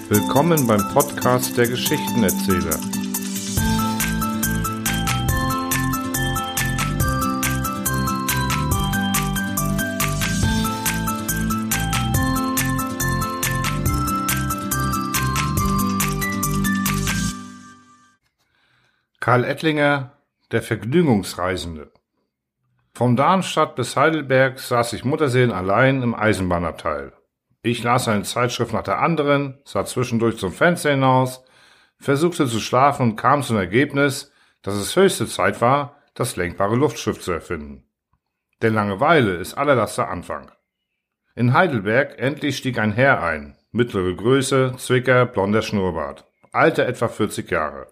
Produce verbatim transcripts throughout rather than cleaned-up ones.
Willkommen beim Podcast der Geschichtenerzähler. Karl Ettlinger, der Vergnügungsreisende. Von Darmstadt bis Heidelberg saß ich Mutterseelen allein im Eisenbahnabteil. Ich las eine Zeitschrift nach der anderen, sah zwischendurch zum Fenster hinaus, versuchte zu schlafen und kam zum Ergebnis, dass es höchste Zeit war, das lenkbare Luftschiff zu erfinden. Denn Langeweile ist allerletzter Anfang. In Heidelberg endlich stieg ein Herr ein, mittlere Größe, Zwicker, blonder Schnurrbart, Alter etwa vierzig Jahre.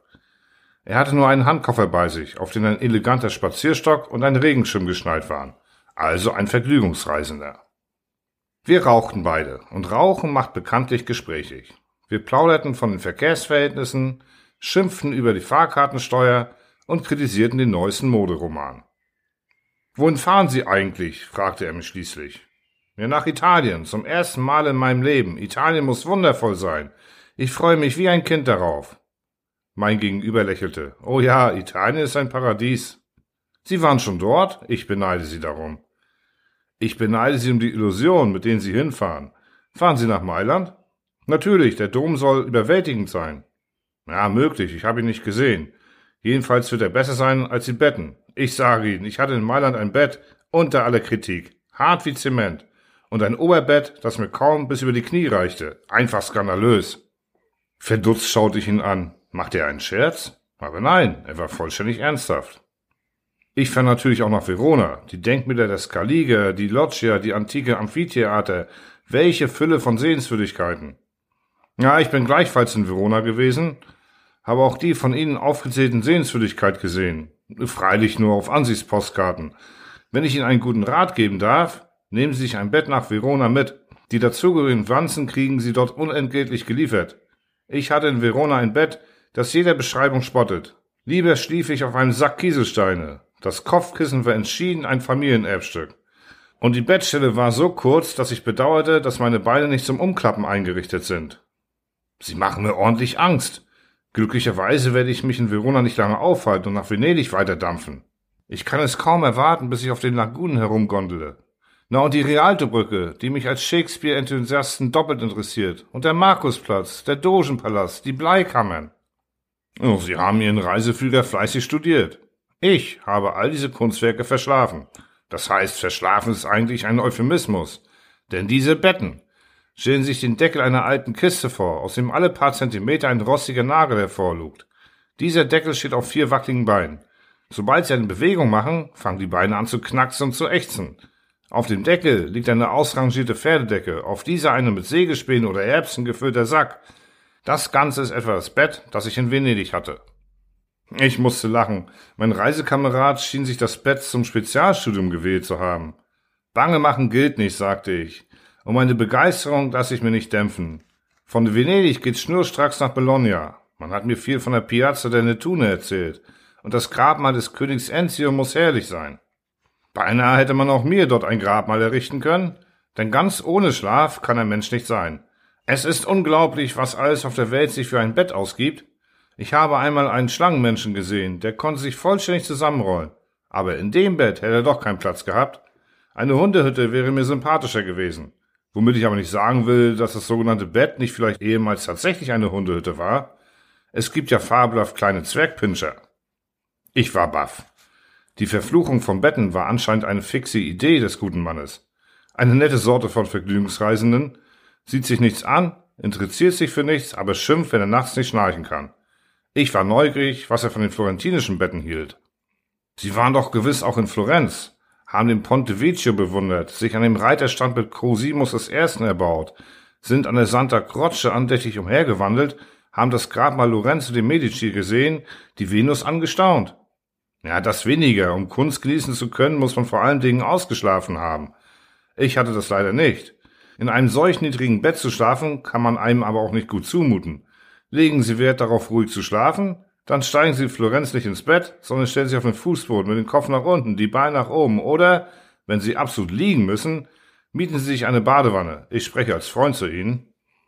Er hatte nur einen Handkoffer bei sich, auf den ein eleganter Spazierstock und ein Regenschirm geschnallt waren, also ein Vergnügungsreisender. Wir rauchten beide, und Rauchen macht bekanntlich gesprächig. Wir plauderten von den Verkehrsverhältnissen, schimpften über die Fahrkartensteuer und kritisierten den neuesten Moderoman. »Wohin fahren Sie eigentlich?« fragte er mich schließlich. »Ja, nach Italien, zum ersten Mal in meinem Leben. Italien muss wundervoll sein. Ich freue mich wie ein Kind darauf.« Mein Gegenüber lächelte. »Oh ja, Italien ist ein Paradies.« »Sie waren schon dort? Ich beneide Sie darum.« »Ich beneide Sie um die Illusion, mit denen Sie hinfahren. Fahren Sie nach Mailand?« »Natürlich, der Dom soll überwältigend sein.« »Ja, möglich, ich habe ihn nicht gesehen. Jedenfalls wird er besser sein als die Betten. Ich sage Ihnen, ich hatte in Mailand ein Bett unter aller Kritik, hart wie Zement, und ein Oberbett, das mir kaum bis über die Knie reichte. Einfach skandalös.« Verdutzt schaute ich ihn an. Machte er einen Scherz? Aber nein, er war vollständig ernsthaft. Ich fahre natürlich auch nach Verona, die Denkmäler der Scaliger, die Loggia, die antike Amphitheater, welche Fülle von Sehenswürdigkeiten. Ja, ich bin gleichfalls in Verona gewesen, habe auch die von Ihnen aufgezählten Sehenswürdigkeiten gesehen, freilich nur auf Ansichtspostkarten. Wenn ich Ihnen einen guten Rat geben darf, nehmen Sie sich ein Bett nach Verona mit. Die dazugehörigen Wanzen kriegen Sie dort unentgeltlich geliefert. Ich hatte in Verona ein Bett, das jeder Beschreibung spottet. Lieber schlief ich auf einem Sack Kieselsteine. Das Kopfkissen war entschieden ein Familienerbstück. Und die Bettstelle war so kurz, dass ich bedauerte, dass meine Beine nicht zum Umklappen eingerichtet sind. Sie machen mir ordentlich Angst. Glücklicherweise werde ich mich in Verona nicht lange aufhalten und nach Venedig weiterdampfen. Ich kann es kaum erwarten, bis ich auf den Lagunen herumgondele. Na und die Rialtobrücke, die mich als Shakespeare-Enthusiasten doppelt interessiert. Und der Markusplatz, der Dogenpalast, die Bleikammern. Oh, Sie haben Ihren Reiseführer fleißig studiert. Ich habe all diese Kunstwerke verschlafen. Das heißt, verschlafen ist eigentlich ein Euphemismus. Denn diese Betten. Stellen Sie sich den Deckel einer alten Kiste vor, aus dem alle paar Zentimeter ein rostiger Nagel hervorlugt. Dieser Deckel steht auf vier wackeligen Beinen. Sobald Sie eine Bewegung machen, fangen die Beine an zu knacksen und zu ächzen. Auf dem Deckel liegt eine ausrangierte Pferdedecke, auf dieser eine mit Sägespänen oder Erbsen gefüllter Sack. Das Ganze ist etwa das Bett, das ich in Venedig hatte. Ich musste lachen. Mein Reisekamerad schien sich das Bett zum Spezialstudium gewählt zu haben. Bange machen gilt nicht, sagte ich. Und meine Begeisterung lasse ich mir nicht dämpfen. Von Venedig geht's schnurstracks nach Bologna. Man hat mir viel von der Piazza der Nettune erzählt. Und das Grabmal des Königs Enzio muss herrlich sein. Beinahe hätte man auch mir dort ein Grabmal errichten können, denn ganz ohne Schlaf kann ein Mensch nicht sein. Es ist unglaublich, was alles auf der Welt sich für ein Bett ausgibt. Ich habe einmal einen Schlangenmenschen gesehen, der konnte sich vollständig zusammenrollen. Aber in dem Bett hätte er doch keinen Platz gehabt. Eine Hundehütte wäre mir sympathischer gewesen. Womit ich aber nicht sagen will, dass das sogenannte Bett nicht vielleicht ehemals tatsächlich eine Hundehütte war. Es gibt ja fabelhaft kleine Zwergpinscher. Ich war baff. Die Verfluchung von Betten war anscheinend eine fixe Idee des guten Mannes. Eine nette Sorte von Vergnügungsreisenden, sieht sich nichts an, interessiert sich für nichts, aber schimpft, wenn er nachts nicht schnarchen kann. Ich war neugierig, was er von den florentinischen Betten hielt. Sie waren doch gewiss auch in Florenz, haben den Ponte Vecchio bewundert, sich an dem Reiterstand mit Cosimus des Ersten erbaut, sind an der Santa Croce andächtig umhergewandelt, haben das Grabmal Lorenzo de Medici gesehen, die Venus angestaunt. Ja, das weniger. Um Kunst genießen zu können, muss man vor allen Dingen ausgeschlafen haben. Ich hatte das leider nicht. In einem solch niedrigen Bett zu schlafen, kann man einem aber auch nicht gut zumuten. Legen Sie Wert darauf, ruhig zu schlafen, dann steigen Sie in Florenz nicht ins Bett, sondern stellen sich auf den Fußboden mit dem Kopf nach unten, die Beine nach oben oder, wenn Sie absolut liegen müssen, mieten Sie sich eine Badewanne. Ich spreche als Freund zu Ihnen.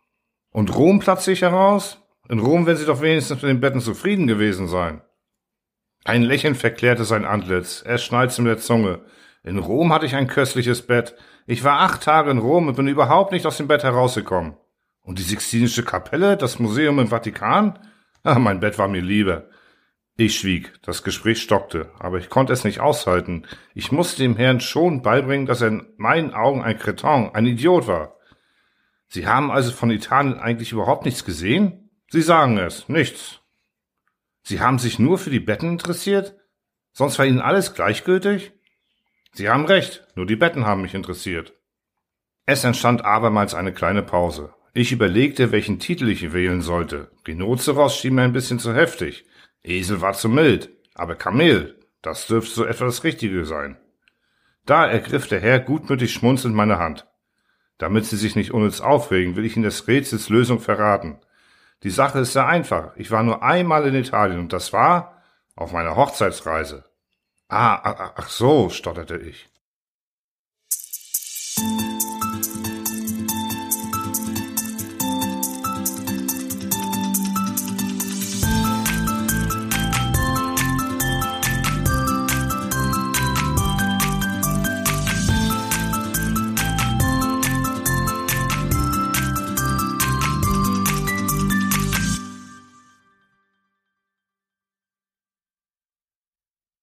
Und Rom platzte ich heraus? In Rom werden Sie doch wenigstens mit den Betten zufrieden gewesen sein. Ein Lächeln verklärte sein Antlitz, er schneizte mit der Zunge. In Rom hatte ich ein köstliches Bett. Ich war acht Tage in Rom und bin überhaupt nicht aus dem Bett herausgekommen. Und die Sixtinische Kapelle, das Museum im Vatikan? Ah, mein Bett war mir lieber. Ich schwieg, das Gespräch stockte, aber ich konnte es nicht aushalten. Ich musste dem Herrn schon beibringen, dass er in meinen Augen ein Cretin, ein Idiot war. Sie haben also von Italien eigentlich überhaupt nichts gesehen? Sie sagen es, nichts. Sie haben sich nur für die Betten interessiert? Sonst war Ihnen alles gleichgültig? Sie haben recht, nur die Betten haben mich interessiert. Es entstand abermals eine kleine Pause. Ich überlegte, welchen Titel ich wählen sollte. Rhinoceros schien mir ein bisschen zu heftig. Esel war zu mild, aber Kamel, das dürfte so etwa das Richtige sein. Da ergriff der Herr gutmütig schmunzelnd meine Hand. Damit Sie sich nicht unnütz aufregen, will ich Ihnen des Rätsels Lösung verraten. Die Sache ist sehr einfach. Ich war nur einmal in Italien und das war auf meiner Hochzeitsreise. Ah, ach so, stotterte ich.